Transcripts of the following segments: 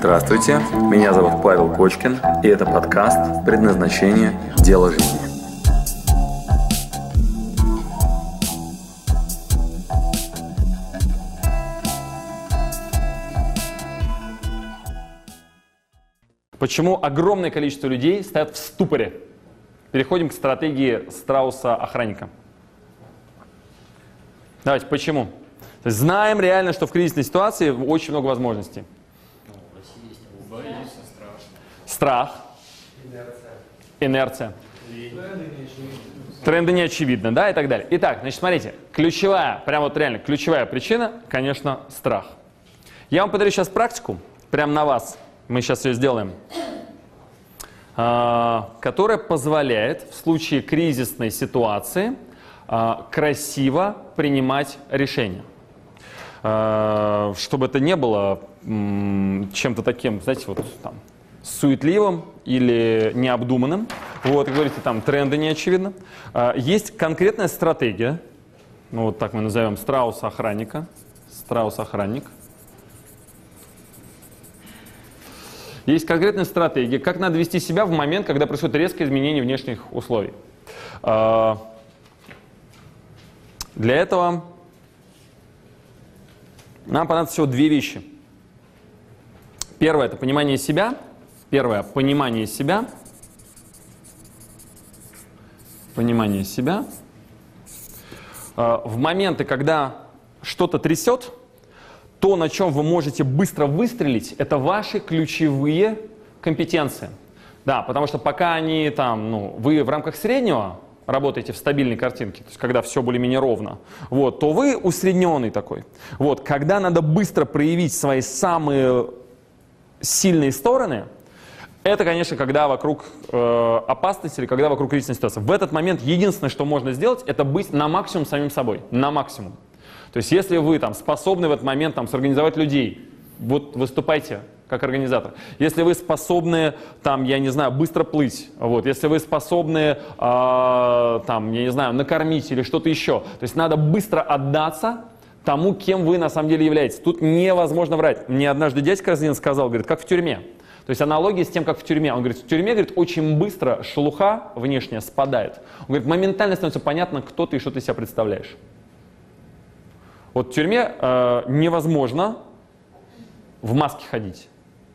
Здравствуйте, меня зовут Павел Кочкин, и это подкаст «Предназначение. Дело жизни». Почему огромное количество людей стоят в ступоре? Переходим к стратегии страуса-охранника. Давайте, почему? То есть знаем реально, что в кризисной ситуации очень много возможностей. Страх. Инерция. Тренды не очевидны, да, и так далее. Итак, значит, смотрите, ключевая, прям вот реально ключевая причина, конечно, страх. Я вам подарю сейчас практику, прямо на вас, мы сейчас ее сделаем, которая позволяет в случае кризисной ситуации красиво принимать решения. Чтобы это не было чем-то таким, знаете, вот там, суетливым или необдуманным. Вот, как говорите, там тренды не очевидны. Есть конкретная стратегия, ну, вот так мы назовем страус-охранника. Страус-охранник. Есть конкретная стратегия, как надо вести себя в момент, когда происходит резкое изменение внешних условий. Для этого нам понадобится всего две вещи. Первое – это понимание себя. Первое – понимание себя. Понимание себя. В моменты, когда что-то трясет, то, на чем вы можете быстро выстрелить, это ваши ключевые компетенции. Да, потому что пока они там, ну, вы в рамках среднего работаете в стабильной картинке, то есть когда все более-менее ровно, вот, то вы усредненный такой. Вот, когда надо быстро проявить свои самые сильные стороны, это, конечно, когда вокруг опасности или когда вокруг кризисной ситуации. В этот момент единственное, что можно сделать, это быть на максимум самим собой, на максимум. То есть если вы там способны в этот момент там сорганизовать людей, вот выступайте как организатор. Если вы способны там, я не знаю, быстро плыть, вот, если вы способны там, я не знаю, накормить или что-то еще, то есть надо быстро отдаться тому, кем вы на самом деле являетесь. Тут невозможно врать. Мне однажды дядька один сказал, говорит, как в тюрьме. То есть аналогия с тем, как в тюрьме. Он говорит, в тюрьме, говорит, очень быстро шелуха внешняя спадает. Он говорит, моментально становится понятно, кто ты и что ты из себя представляешь. Вот в тюрьме невозможно в маске ходить.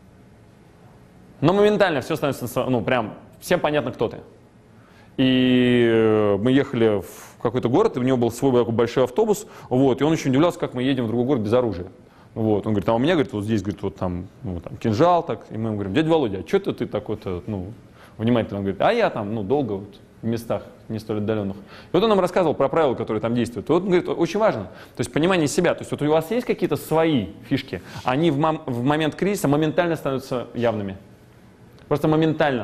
Но моментально все становится, ну, прям, всем понятно, кто ты. И мы ехали в какой-то город, и у него был свой такой большой автобус, вот, и он очень удивлялся, как мы едем в другой город без оружия. Вот, он говорит, а у меня, говорит, вот здесь, говорит, вот там, ну, там кинжал, так, и мы ему говорим, дядя Володя, а что ты такой-то, ну, внимательно? Он говорит, а я там, ну, долго вот в местах не столь отдаленных. И вот он нам рассказывал про правила, которые там действуют. И вот он говорит, очень важно, то есть понимание себя, то есть вот у вас есть какие-то свои фишки, они в момент кризиса моментально становятся явными. Просто моментально.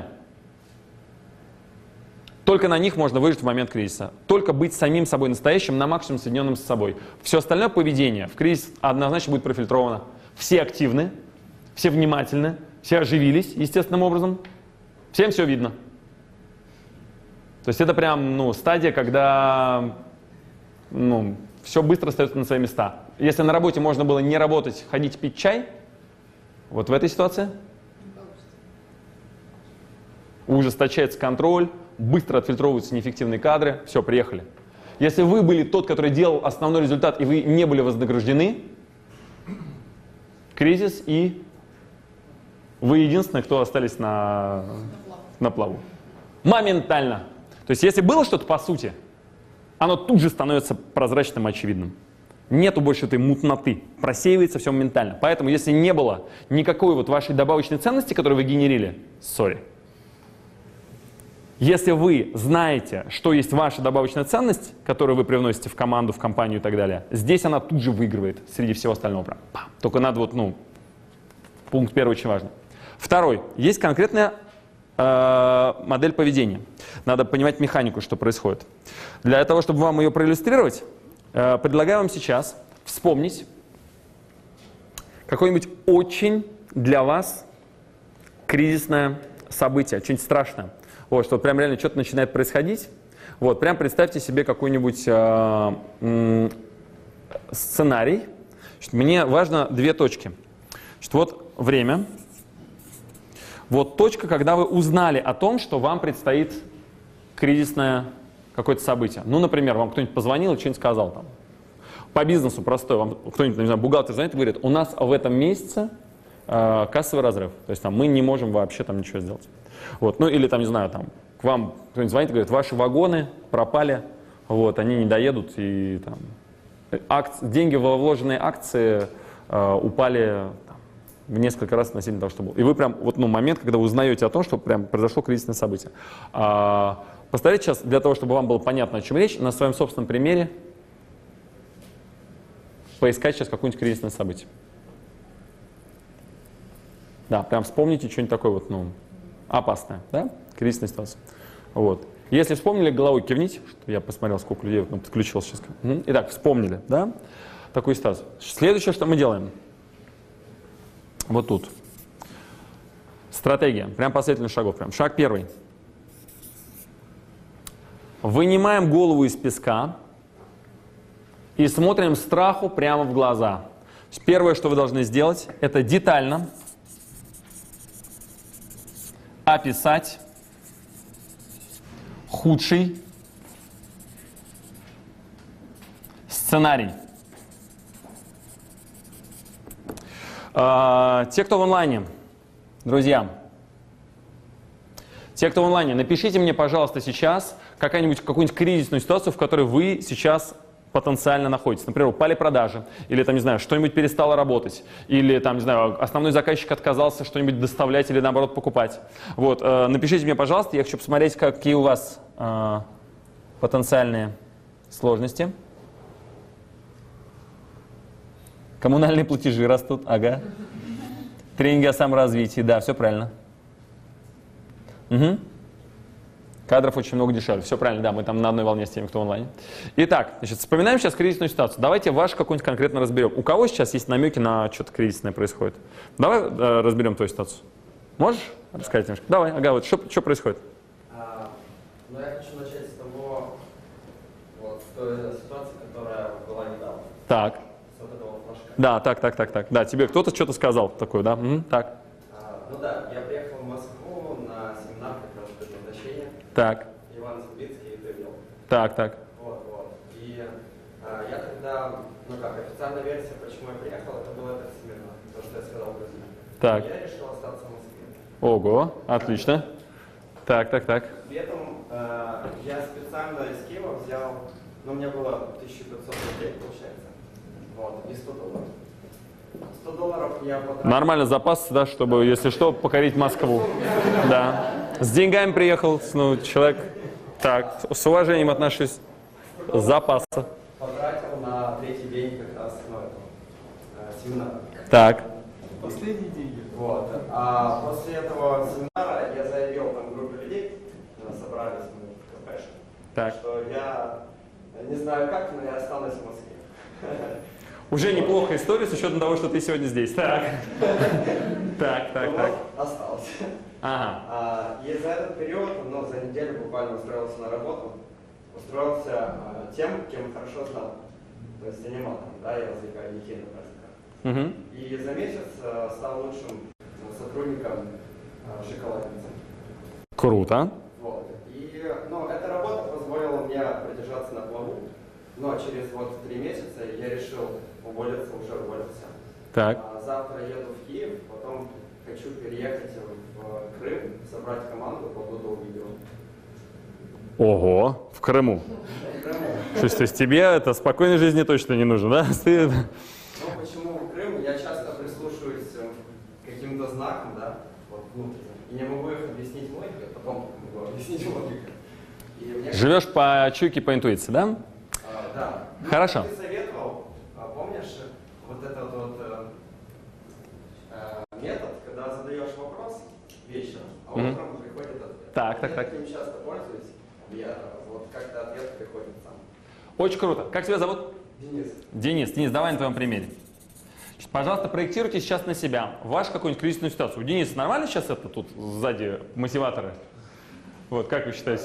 Только на них можно выжить в момент кризиса. Только быть самим собой настоящим, на максимум соединенным с собой. Все остальное поведение в кризис однозначно будет профильтровано. Все активны, все внимательны, все оживились естественным образом. Всем все видно. То есть это прям, ну, стадия, когда, ну, все быстро остается на свои места. Если на работе можно было не работать, ходить пить чай, вот в этой ситуации ужесточается контроль, быстро отфильтровываются неэффективные кадры, все, приехали. Если вы были тот, который делал основной результат, и вы не были вознаграждены, кризис, и вы единственные, кто остались на плаву. Моментально. То есть если было что-то по сути, оно тут же становится прозрачным и очевидным. Нету больше этой мутноты, просеивается все моментально. Поэтому если не было никакой вот вашей добавочной ценности, которую вы генерили, сори. Если вы знаете, что есть ваша добавочная ценность, которую вы привносите в команду, в компанию и так далее, здесь она тут же выигрывает среди всего остального. Только надо вот, ну, пункт первый очень важный. Второй. Есть конкретная модель поведения. Надо понимать механику, что происходит. Для того, чтобы вам ее проиллюстрировать, предлагаю вам сейчас вспомнить какое-нибудь очень для вас кризисное событие, что-нибудь страшное. Вот, что прям реально что-то начинает происходить. Вот, прям представьте себе какой-нибудь сценарий. Мне важно две точки. Вот время. Вот точка, когда вы узнали о том, что вам предстоит кризисное какое-то событие. Ну, например, вам кто-нибудь позвонил и что-нибудь сказал там. По бизнесу простой, вам кто-нибудь, не знаю, бухгалтер звонит и говорит, у нас в этом месяце кассовый разрыв. То есть там, мы не можем вообще там ничего сделать. Вот. Ну, или там, не знаю, там, к вам кто-нибудь звонит и говорит, ваши вагоны пропали, вот, они не доедут, и там, деньги в вложенные акции упали там, в несколько раз относительно того, что было. И вы прям, вот, ну, момент, когда вы узнаете о том, что прям произошло кризисное событие. Постарайтесь сейчас, для того, чтобы вам было понятно, о чем речь, на своем собственном примере поискать сейчас какое-нибудь кризисное событие. Да, прям вспомните что-нибудь такое вот, ну, опасное, да, кризисная ситуация. Вот. Если вспомнили, головой кивните, что я посмотрел, сколько людей вот, подключилось сейчас. Итак, вспомнили, да, такую ситуацию. Следующее, что мы делаем. Вот тут. Стратегия, прям последовательность шагов. Прям. Шаг первый. Вынимаем голову из песка и смотрим страху прямо в глаза. Первое, что вы должны сделать, это детально описать худший сценарий. Те, кто в онлайне, друзья, те, кто в онлайне, напишите мне, пожалуйста, сейчас какую-нибудь кризисную ситуацию, в которой вы сейчас потенциально находитесь. Например, упали продажи, или там, не знаю, что-нибудь перестало работать, или там, не знаю, основной заказчик отказался что-нибудь доставлять или наоборот покупать. Вот, напишите мне, пожалуйста, я хочу посмотреть, какие у вас потенциальные сложности. Коммунальные платежи растут, ага. Тренинги о саморазвитии, да, все правильно. Угу. Кадров очень много дешевле. Все правильно, да, мы там на одной волне с теми, кто онлайн. Итак, значит, вспоминаем сейчас кризисную ситуацию. Давайте ваш какой-нибудь конкретно разберем. У кого сейчас есть намеки на что-то кризисное происходит? Давай разберем твою ситуацию. Можешь рассказать немножко? Давай, ага, вот что происходит? Ну, я хочу начать с того, вот, с той ситуации, которая была недавно. Так. С вот этого флажка. Да, так. Да, тебе кто-то что-то сказал такое, да? Угу, так. Ну да, я приехал в Москву на семинар как раз предназначения. Так. Иван Цибицкий это вел. Так. Вот. И я тогда, ну как, официальная версия, почему я приехал, это был этот семинар, то, что я сказал в друзьям. Так. Я решил остаться в Москве. Ого, отлично. Так. При этом я специально из Киева взял, ну, у меня было 1500 рублей, получается, вот, и 100 долларов. 100 долларов я потратил. Нормально запас, да, чтобы, если что, покорить Москву. Да. С деньгами приехал, ну, человек, так, с уважением отношусь, запаса. Потратил на третий день как раз, ну, семинара. Так. Последние деньги. Вот. А после этого семинара я заявил там группе людей, собрались мы в кафешке, Так. что я не знаю как, но я останусь в Москве. Уже неплохая история с учетом того, что ты сегодня здесь. Так. Так. Остался. Ага. И за этот период, ну, за неделю буквально устроился на работу, устроился тем, кем хорошо знал. То есть аниматором, да, я развлекаю детей на праздниках. Угу. И за месяц стал лучшим сотрудником шоколадницы. Круто. Вот. И, ну, эта работа позволила мне продержаться на плаву, но через вот 3 месяца я решил уволиться, уже уволился. Так. Завтра еду в Киев, потом хочу переехать в Крым, собрать команду по Google видео. Ого, в Крыму. То есть тебе это спокойной жизни точно не нужно, да? Ну, почему в Крым? Я часто прислушиваюсь к каким-то знакам, да, вот внутренне, и не могу их объяснить логикой, потом могу объяснить логикой. Живешь по чуйке, по интуиции, да? Да. Хорошо. Ты советовал, помнишь, вот этот вот метод, когда задаешь вопрос вечером, а утром приходит ответ. Так. Я таким часто пользуюсь, вот как-то ответ приходит сам. Очень круто. Как тебя зовут? Денис. Денис, давай на твоем примере. Значит, пожалуйста, проектируйте сейчас на себя вашу какую-нибудь кризисную ситуацию. У Дениса нормально сейчас это тут сзади мотиваторы? Вот, как вы считаете?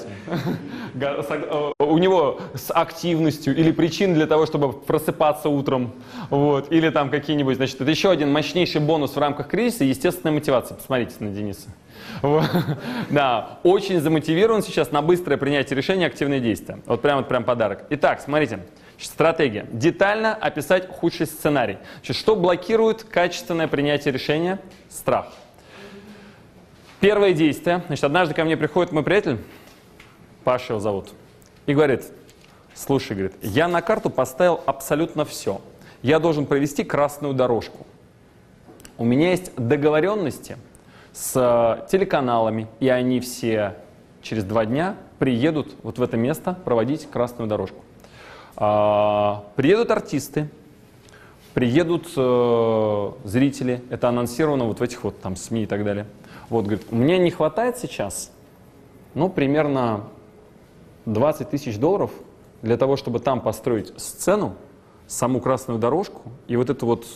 У него с активностью или причин для того, чтобы просыпаться утром, вот, или там какие-нибудь, значит, это еще один мощнейший бонус в рамках кризиса, естественная мотивация. Посмотрите на Дениса. Вот. Да, очень замотивирован сейчас на быстрое принятие решения, активные действия. Вот прям подарок. Итак, смотрите, стратегия. Детально описать худший сценарий. Значит, что блокирует качественное принятие решения? Страх. Первое действие. Значит, однажды ко мне приходит мой приятель, Паша его зовут, и говорит: слушай, говорит, я на карту поставил абсолютно все. Я должен провести красную дорожку. У меня есть договоренности с телеканалами, и они все через 2 дня приедут вот в это место проводить красную дорожку. Приедут артисты, приедут зрители, это анонсировано вот в этих вот там СМИ и так далее. Вот, говорит, у меня не хватает сейчас, ну, примерно $20 000 для того, чтобы там построить сцену, саму красную дорожку и вот это вот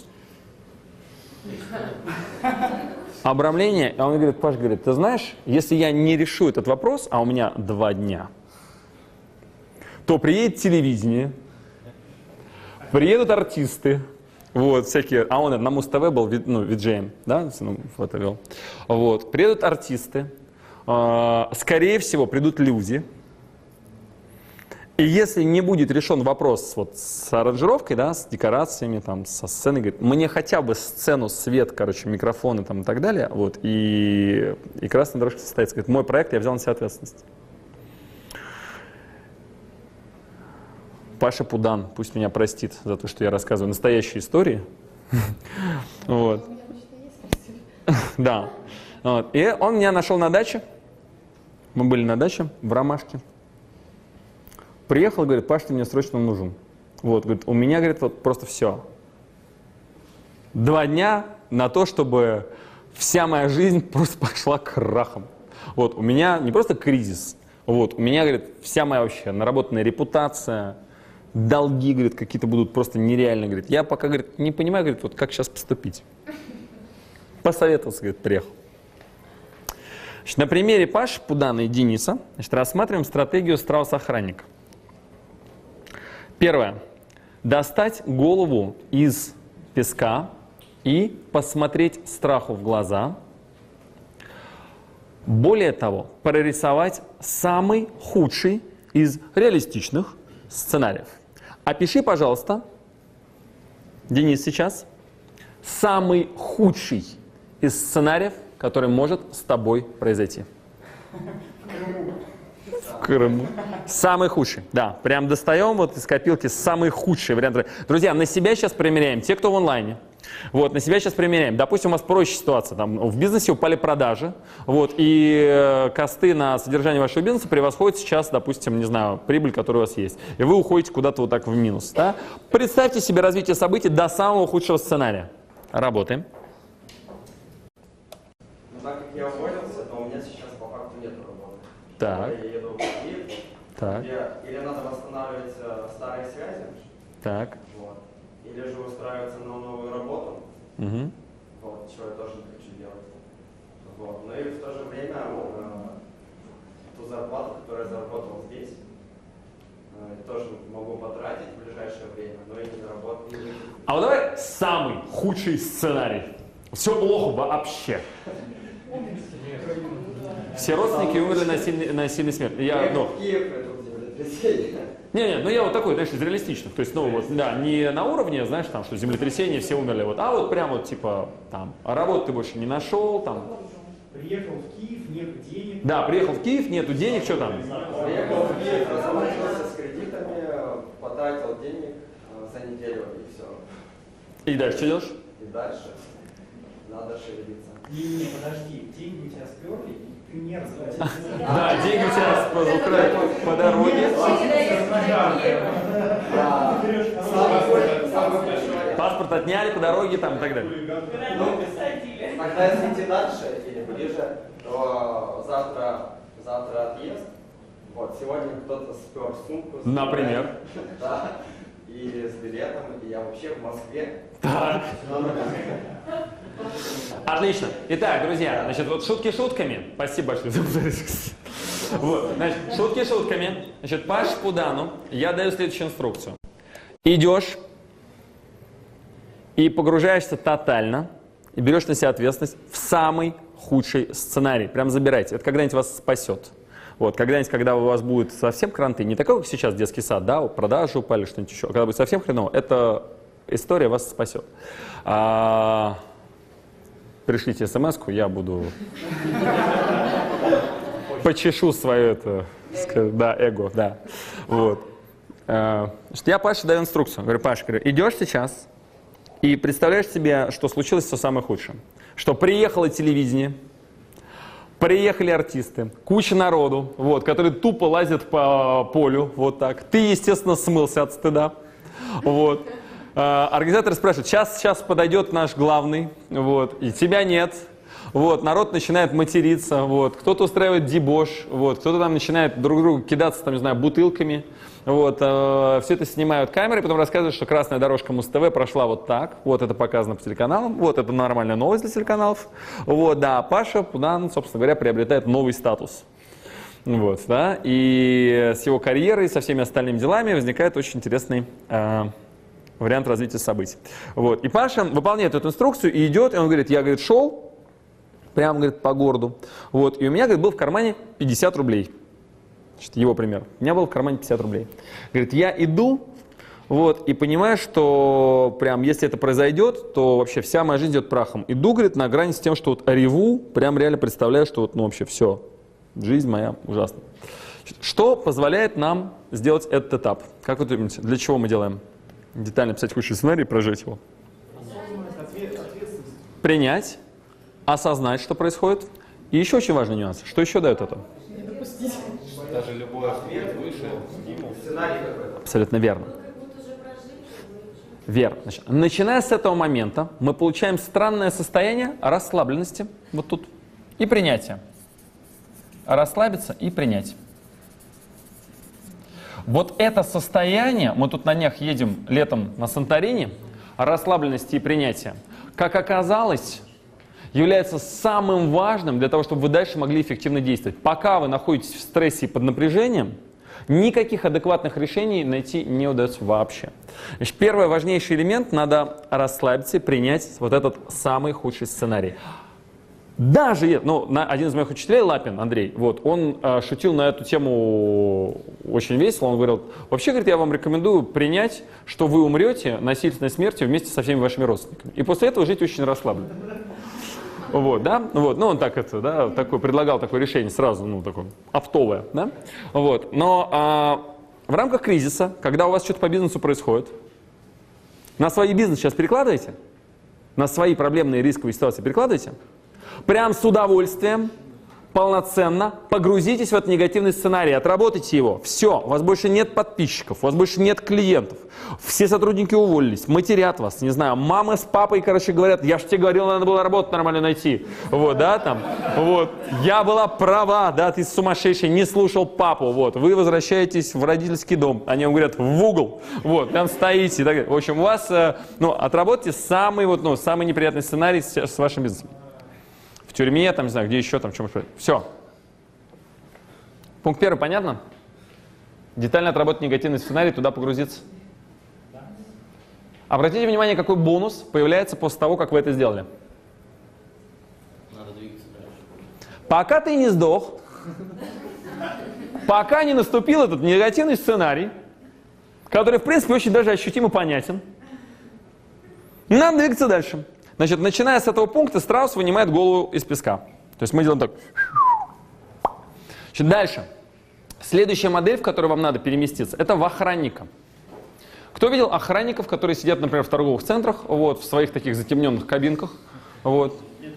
обрамление. А он говорит: Паш, говорит, ты знаешь, если я не решу этот вопрос, а у меня 2 дня, то приедет телевидение, приедут артисты, вот, всякие, а он на Муз-ТВ был, ну, виджеем, да, фото вел. Вот, приедут артисты, скорее всего, придут люди. И если не будет решен вопрос вот с аранжировкой, да, с декорациями, там, со сценой, говорит, мне хотя бы сцену, свет, короче, микрофоны там и так далее, вот, и красная дорожка состоится. Говорит, мой проект, я взял на себя ответственность. Паша Пудан, пусть меня простит за то, что я рассказываю настоящие истории. Вот. Да. И он меня нашел на даче. Мы были на даче в Ромашке. Приехал, говорит, Паш, ты мне срочно нужен. Вот, говорит, у меня, говорит, вот просто все. 2 дня на то, чтобы вся моя жизнь просто пошла крахом. Вот, у меня не просто кризис, вот, у меня, говорит, вся моя вообще наработанная репутация, долги, говорит, какие-то будут просто нереальные, говорит. Я пока, говорит, не понимаю, говорит, вот как сейчас поступить. Посоветовался, говорит, приехал. Значит, на примере Паши Пудана и Дениса, значит, рассматриваем стратегию страуса-охранника. Первое. Достать голову из песка и посмотреть страху в глаза. Более того, прорисовать самый худший из реалистичных сценариев. Опиши, пожалуйста, Денис, сейчас, самый худший из сценариев, который может с тобой произойти. В Крыму. Самый худший, да. Прям достаем вот из копилки самый худший вариант. Друзья, на себя сейчас примеряем, те, кто в онлайне. Вот, на себя сейчас примеряем. Допустим, у вас проще ситуация. Там, в бизнесе упали продажи, вот, и косты на содержание вашего бизнеса превосходят сейчас, допустим, не знаю, прибыль, которая у вас есть. И вы уходите куда-то вот так в минус. Да? Представьте себе развитие событий до самого худшего сценария. Работаем. Ну, так как я уволился, то у меня сейчас по факту нет работы. Так. Я еду в Киев, Так. или надо восстанавливать старые связи, Так. вот, или же устраиваться на новую работу, Угу. вот, чего я тоже не хочу делать. Вот. Но и в то же время ту зарплату, которую я заработал здесь, тоже могу потратить в ближайшее время, но и не заработать. А вот давай самый худший сценарий. Все плохо вообще. Все родственники умерли на сильной смерти. Я, ну, в Киев, это землетрясение. не, ну я вот такой, знаешь, из реалистичных. То есть, ну вот, да, не на уровне, знаешь, там, что землетрясение, все умерли, вот, а вот прям вот, типа, там, а работу ты больше не нашел, там. Приехал в Киев, нет денег. Да, приехал в Киев, нету денег, что там? Приехал в Киев, размолотился с кредитами, потратил денег за неделю и все. И дальше что делаешь? И дальше надо шевелиться. Не, подожди, деньги у тебя сперли, и ты не расплатился. Да, деньги у тебя украли по дороге. Паспорт отняли по дороге, там, и так далее. Тогда если идти дальше или ближе, то завтра отъезд. Вот, сегодня кто-то спер сумку. Например? Да. И с билетом, и я вообще в Москве. Так. Отлично. Итак, друзья, значит, вот шутки шутками. Спасибо большое за Вот, значит, шутки шутками. Значит, по Шпудану я даю следующую инструкцию. Идешь и погружаешься тотально, и берешь на себя ответственность в самый худший сценарий. Прям забирайте. Это когда-нибудь вас спасет. Вот, когда-нибудь, когда у вас будет совсем кранты, не такой, как сейчас детский сад, да, продажи упали, что-нибудь еще, когда будет совсем хреново, эта история вас спасет. Пришлите смс-ку, я буду... Почешу свое это, да, эго, да. Вот. Я Паше даю инструкцию. Говорю, Паша, идешь сейчас и представляешь себе, что случилось все самое худшее. Что приехало телевидение, приехали артисты, куча народу, вот, которые тупо лазят по полю, вот так. Ты, естественно, смылся от стыда. Вот. Организатор спрашивает, сейчас подойдет наш главный, вот, и тебя нет. Вот, народ начинает материться, вот, кто-то устраивает дебош, вот, кто-то там начинает друг другу кидаться, там, не знаю, бутылками. Вот, все это снимают камеры, потом рассказывают, что красная дорожка Муз-ТВ прошла вот так. Вот это показано по телеканалам. Вот это нормальная новость для телеканалов. Вот, да, Паша Пудан, собственно говоря, приобретает новый статус. Вот, да, и с его карьерой, со всеми остальными делами возникает очень интересный вариант развития событий. Вот, и Паша выполняет эту инструкцию и идет, и он говорит, я, говорит, шел прямо, говорит, по городу. Вот, и у меня, говорит, был в кармане 50 рублей. Значит, его пример. У меня был в кармане 50 рублей. Говорит, я иду, вот, и понимаю, что прям, если это произойдет, то вообще вся моя жизнь идет прахом. Иду, говорит, на грани с тем, что вот реву, прям реально представляю, что вот, ну, вообще все, жизнь моя ужасна. Что позволяет нам сделать этот этап? Как вы думаете, для чего мы делаем? Детально писать худший сценарий и прожить его. Принять, осознать, что происходит. И еще очень важный нюанс. Что еще дает это? Даже любой ответ выше, стимул. Сценарий какой-то. Абсолютно верно. Верно. Значит, начиная с этого момента мы получаем странное состояние расслабленности, вот тут, и принятия. Расслабиться и принять. Вот это состояние, мы тут на днях едем летом на Санторини, расслабленности и принятия, как оказалось, является самым важным для того, чтобы вы дальше могли эффективно действовать. Пока вы находитесь в стрессе и под напряжением, никаких адекватных решений найти не удается вообще. Значит, первый важнейший элемент – надо расслабиться и принять вот этот самый худший сценарий. Даже, ну, один из моих учителей, Лапин Андрей, вот, он шутил на эту тему очень весело. Он говорил, вообще, говорит, я вам рекомендую принять, что вы умрете насильственной смертью вместе со всеми вашими родственниками. И после этого жить очень расслабленно. Вот, да, вот, ну, он так это, да, такой, предлагал такое решение сразу, ну, такое оптовое, да, вот, но в рамках кризиса, когда у вас что-то по бизнесу происходит, на свой бизнес сейчас перекладываете, на свои проблемные рисковые ситуации перекладываете, прям с удовольствием, полноценно погрузитесь в этот негативный сценарий, отработайте его. Все, у вас больше нет подписчиков, у вас больше нет клиентов. Все сотрудники уволились, матерят вас, не знаю, мама с папой, короче, говорят, я же тебе говорил, надо было работу нормально найти. Вот, да, там, вот, я была права, да, ты сумасшедший, не слушал папу, вот, вы возвращаетесь в родительский дом, они вам говорят, в угол, вот, там стоите, и так далее. В общем, у вас, ну, отработайте самый, вот, ну, самый неприятный сценарий с вашим бизнесом. В тюрьме, там, не знаю, где еще, там, чем еще. Все. Пункт первый, понятно? Детально отработать негативный сценарий, туда погрузиться. Обратите внимание, какой бонус появляется после того, как вы это сделали. Надо двигаться дальше. Пока ты не сдох, пока не наступил этот негативный сценарий, который, в принципе, очень даже ощутимо понятен, надо двигаться дальше. Значит, начиная с этого пункта, страус вынимает голову из песка. То есть мы делаем так. Значит, дальше. Следующая модель, в которую вам надо переместиться, это в охранника. Кто видел охранников, которые сидят, например, в торговых центрах, вот, в своих таких затемненных кабинках? Вот.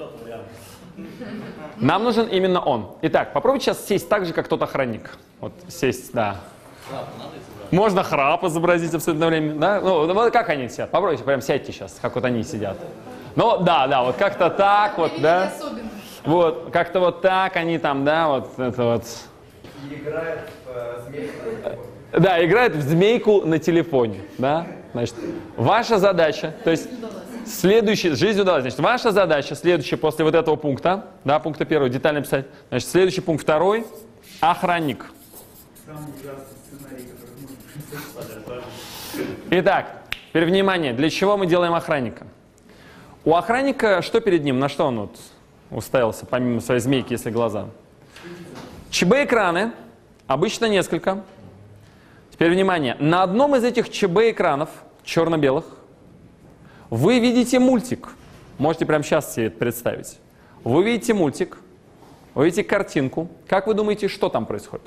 Нам нужен именно он. Итак, попробуйте сейчас сесть так же, как тот охранник. Вот сесть, да. Можно храп изобразить абсолютно время. Да? Ну, вот как они сидят? Попробуйте, прям сядьте сейчас, как вот они сидят. Ну, да, вот как-то так вот, да. Вот, как-то вот так они там, да, вот это вот. И играет в змейку на телефоне. Да, играет в змейку на телефоне, да. Значит, ваша задача, то есть следующий, жизнь удалась, значит, ваша задача, следующая после вот этого пункта, да, пункта первого, детально писать, значит, следующий пункт второй, охранник. Самый ужасный сценарий, который можно представить. Итак, теперь внимание, для чего мы делаем охранника? У охранника что перед ним? На что он вот уставился, помимо своей змейки, если глаза? ЧБ-экраны, обычно несколько. Теперь внимание, на одном из этих ЧБ-экранов, черно-белых, вы видите мультик. Можете прямо сейчас себе это представить. Вы видите мультик, вы видите картинку. Как вы думаете, что там происходит?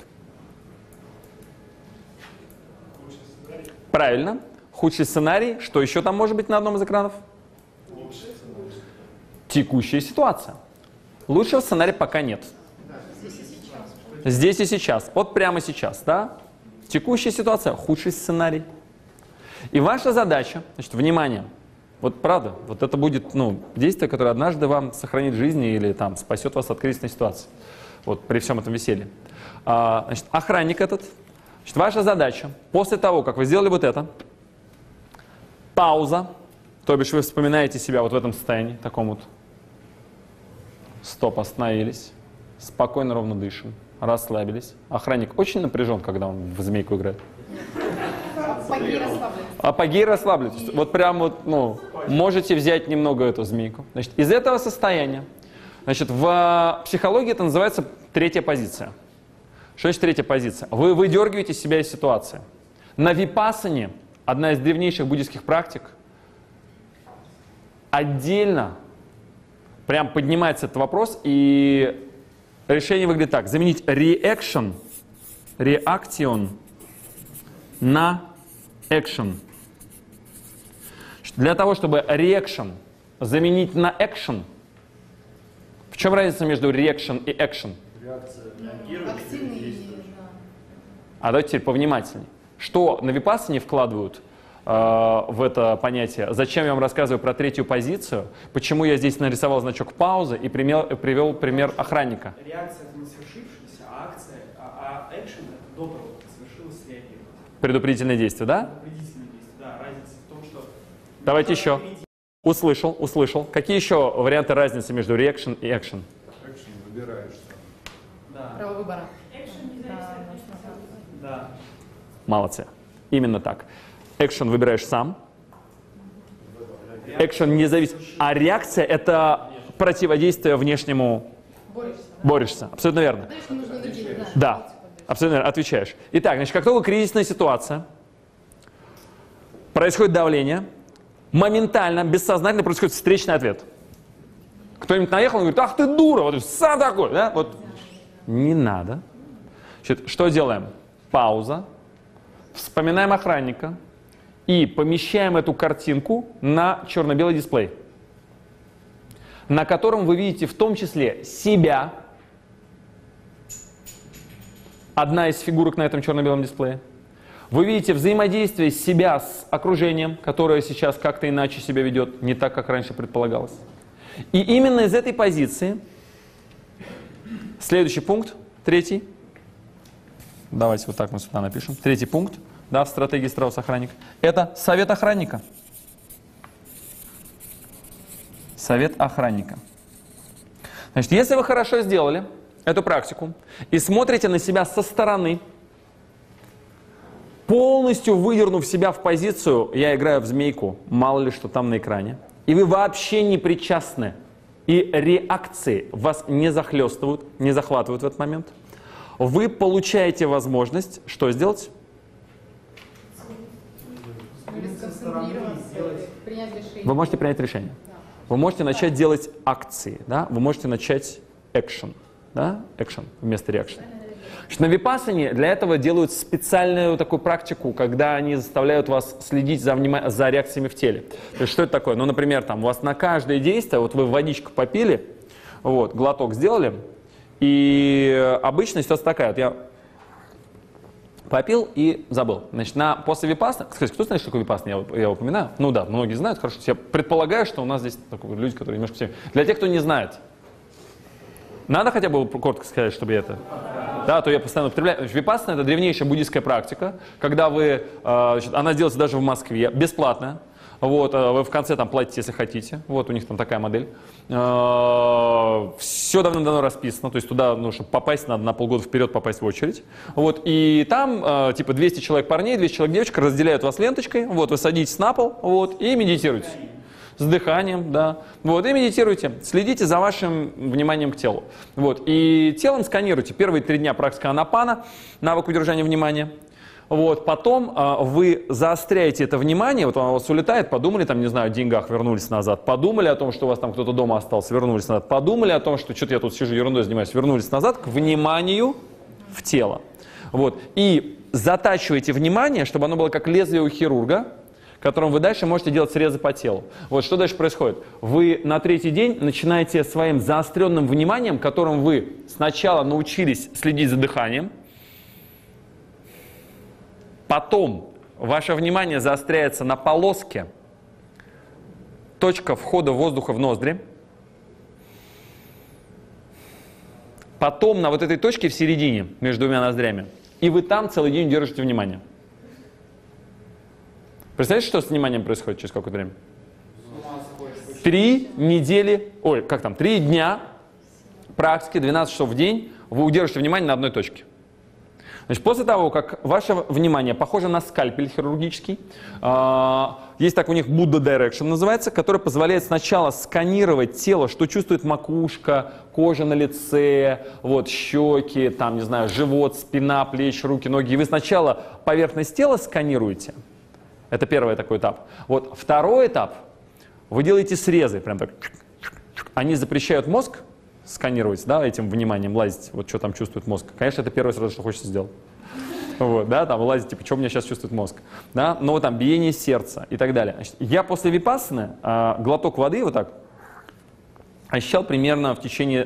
Правильно. Худший сценарий. Что еще там может быть на одном из экранов? Текущая ситуация. Лучшего сценария пока нет. Здесь и сейчас. Вот прямо сейчас, да? Текущая ситуация, худший сценарий. И ваша задача, значит, внимание, вот правда, вот это будет, действие, которое однажды вам сохранит жизнь или там спасет вас от кризисной ситуации. Вот при всем этом веселье. Значит, охранник этот. Значит, ваша задача, после того, как вы сделали вот это, пауза, то бишь вы вспоминаете себя вот в этом состоянии, таком вот. Стоп, остановились. Спокойно, ровно дышим. Расслабились. Охранник очень напряжен, когда он в змейку играет. Апогей расслабляйтесь. Вот прям вот, можете взять немного эту змейку. Значит, из этого состояния, значит, в психологии это называется третья позиция. Что значит третья позиция? Вы выдергиваете себя из ситуации. На випассане, одна из древнейших буддийских практик, отдельно прям поднимается этот вопрос, и решение выглядит так. Заменить reaction на action. Для того, чтобы reaction заменить на action, в чем разница между reaction и action? А давайте теперь повнимательнее. Что на випассане вкладывают в это понятие? Зачем я вам рассказываю про третью позицию? Почему я здесь нарисовал значок паузы и привел пример охранника? Реакция — это не свершившаяся, а акция, экшен — это до того, как совершилось реагирование. Предупредительное действие, да? Предупредительное действие, да. Разница в том, что... Давайте еще. Услышал. Какие еще варианты разницы между reaction и action? Экшен выбираешь сам. Да. Право выбора. Да. Молодцы. Именно так. Экшен выбираешь сам. Экшен не зависит. А реакция — это противодействие внешнему. Борешься. Абсолютно верно. Да. Абсолютно верно. Отвечаешь. Итак, значит, как только кризисная ситуация, происходит давление, моментально, бессознательно происходит встречный ответ. Кто-нибудь наехал, он говорит: ах ты дура, вот сам такой, да? Вот. Не надо. Значит, что делаем? Пауза. Вспоминаем охранника и помещаем эту картинку на черно-белый дисплей, на котором вы видите в том числе себя, одна из фигурок на этом черно-белом дисплее. Вы видите взаимодействие себя с окружением, которое сейчас как-то иначе себя ведет, не так, как раньше предполагалось. И именно из этой позиции следующий пункт, третий. Давайте вот так мы сюда напишем. Третий пункт, да, в стратегии страус-охранник. Это совет охранника. Совет охранника. Значит, если вы хорошо сделали эту практику и смотрите на себя со стороны, полностью выдернув себя в позицию «я играю в змейку», мало ли что там на экране, и вы вообще не причастны, и реакции вас не захлестывают, не захватывают в этот момент, вы получаете возможность что сделать? Вы можете принять решение. Вы можете начать делать акции, да? Вы можете начать action, да? Action вместо reaction. На випассане для этого делают специальную такую практику, когда они заставляют вас следить за реакциями в теле. То есть что это такое? Ну, например, там, у вас на каждое действие, вот вы водичку попили, вот, глоток сделали, и обычная ситуация такая, вот я попил и забыл. Значит, после випассаны, кстати, кто знает, что такое випассана, я упоминаю? Ну да, многие знают, хорошо. Я предполагаю, что у нас здесь люди, которые немножко... Для тех, кто не знает, надо хотя бы коротко сказать, чтобы я это... Да, то я постоянно употребляю. Випассана — это древнейшая буддийская практика, когда вы... она делается даже в Москве, бесплатная. Вот, вы в конце там платите, если хотите. Вот, у них там такая модель. Все давно-давно расписано. То есть туда, ну, чтобы попасть, надо на полгода вперед попасть в очередь. Вот, и там, типа, 200 человек парней, 200 человек девочек разделяют вас ленточкой. Вот, вы садитесь на пол, вот, и медитируете. С дыханием, да. Вот, и медитируйте. Следите за вашим вниманием к телу. Вот, и телом сканируйте. Первые 3 дня практика анапана, навык удержания внимания. Вот, потом вы заостряете это внимание, вот он у вас улетает, подумали, там, не знаю, о деньгах, вернулись назад, подумали о том, что у вас там кто-то дома остался, вернулись назад, подумали о том, что что-то я тут сижу, ерундой занимаюсь, вернулись назад к вниманию в тело. Вот, и затачивайте внимание, чтобы оно было как лезвие у хирурга, которым вы дальше можете делать срезы по телу. Вот что дальше происходит? Вы на 3-й день начинаете своим заостренным вниманием, которым вы сначала научились следить за дыханием, потом ваше внимание заостряется на полоске, точка входа воздуха в ноздри, потом на вот этой точке в середине, между 2 ноздрями, и вы там целый день держите внимание. Представляете, что с вниманием происходит через какое-то время? 3 недели, 3 дня практики, 12 часов в день, вы удержите внимание на одной точке. Значит, после того, как ваше внимание похоже на скальпель хирургический, есть так у них Buddha Direction называется, который позволяет сначала сканировать тело, что чувствует макушка, кожа на лице, вот, щеки, там, не знаю, живот, спина, плечи, руки, ноги. И вы сначала поверхность тела сканируете. Это первый такой этап. Вот второй этап, вы делаете срезы, прям так. Они запрещают мозг сканировать, да, этим вниманием лазить, вот что там чувствует мозг. Конечно, это первое сразу, что хочется сделать. Вот, да, там лазить, типа, что у меня сейчас чувствует мозг. Да, но там биение сердца и так далее. Значит, я после випассаны глоток воды вот так ощущал примерно в течение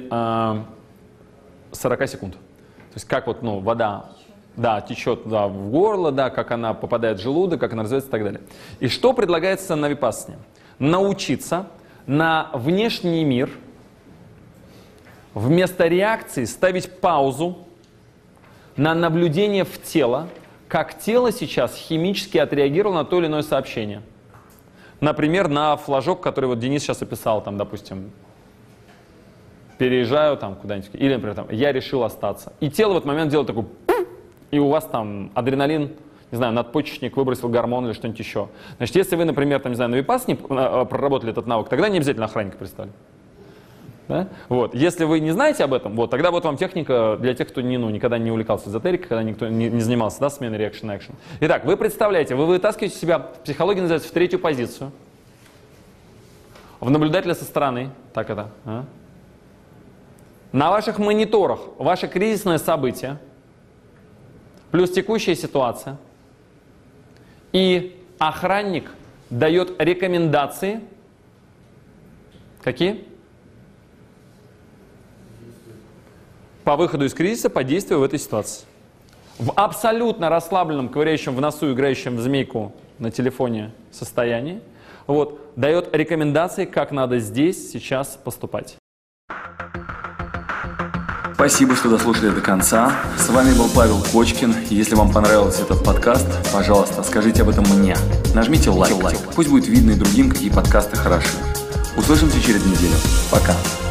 40 секунд. То есть как вот, ну, вода, да, течет, да, в горло, да, как она попадает в желудок, как она развивается и так далее. И что предлагается на випассане? Научиться на внешний мир вместо реакции ставить паузу на наблюдение в тело, как тело сейчас химически отреагировало на то или иное сообщение. Например, на флажок, который вот Денис сейчас описал, там, допустим, переезжаю там куда-нибудь, или, например, там, я решил остаться. И тело в этот момент делает такой, и у вас там адреналин, не знаю, надпочечник выбросил гормон или что-нибудь еще. Значит, если вы, например, там, не знаю, на випассане проработали этот навык, тогда не обязательно охранника представили. Да? Вот. Если вы не знаете об этом, вот, тогда вот вам техника для тех, кто никогда не увлекался эзотерикой, когда никто не занимался, да, сменой reaction-action. Итак, вы представляете, вы вытаскиваете себя, в психологии называется, в 3-ю позицию, в наблюдателя со стороны, так это, на ваших мониторах ваше кризисное событие, плюс текущая ситуация, и охранник дает рекомендации, какие? По выходу из кризиса, по действию в этой ситуации. В абсолютно расслабленном, ковыряющем в носу, играющем в змейку на телефоне состоянии, вот, дает рекомендации, как надо здесь, сейчас поступать. Спасибо, что дослушали до конца. С вами был Павел Кочкин. Если вам понравился этот подкаст, пожалуйста, скажите об этом мне. Нажмите лайк. Пусть будет видно и другим, какие подкасты хороши. Услышимся через неделю. Пока.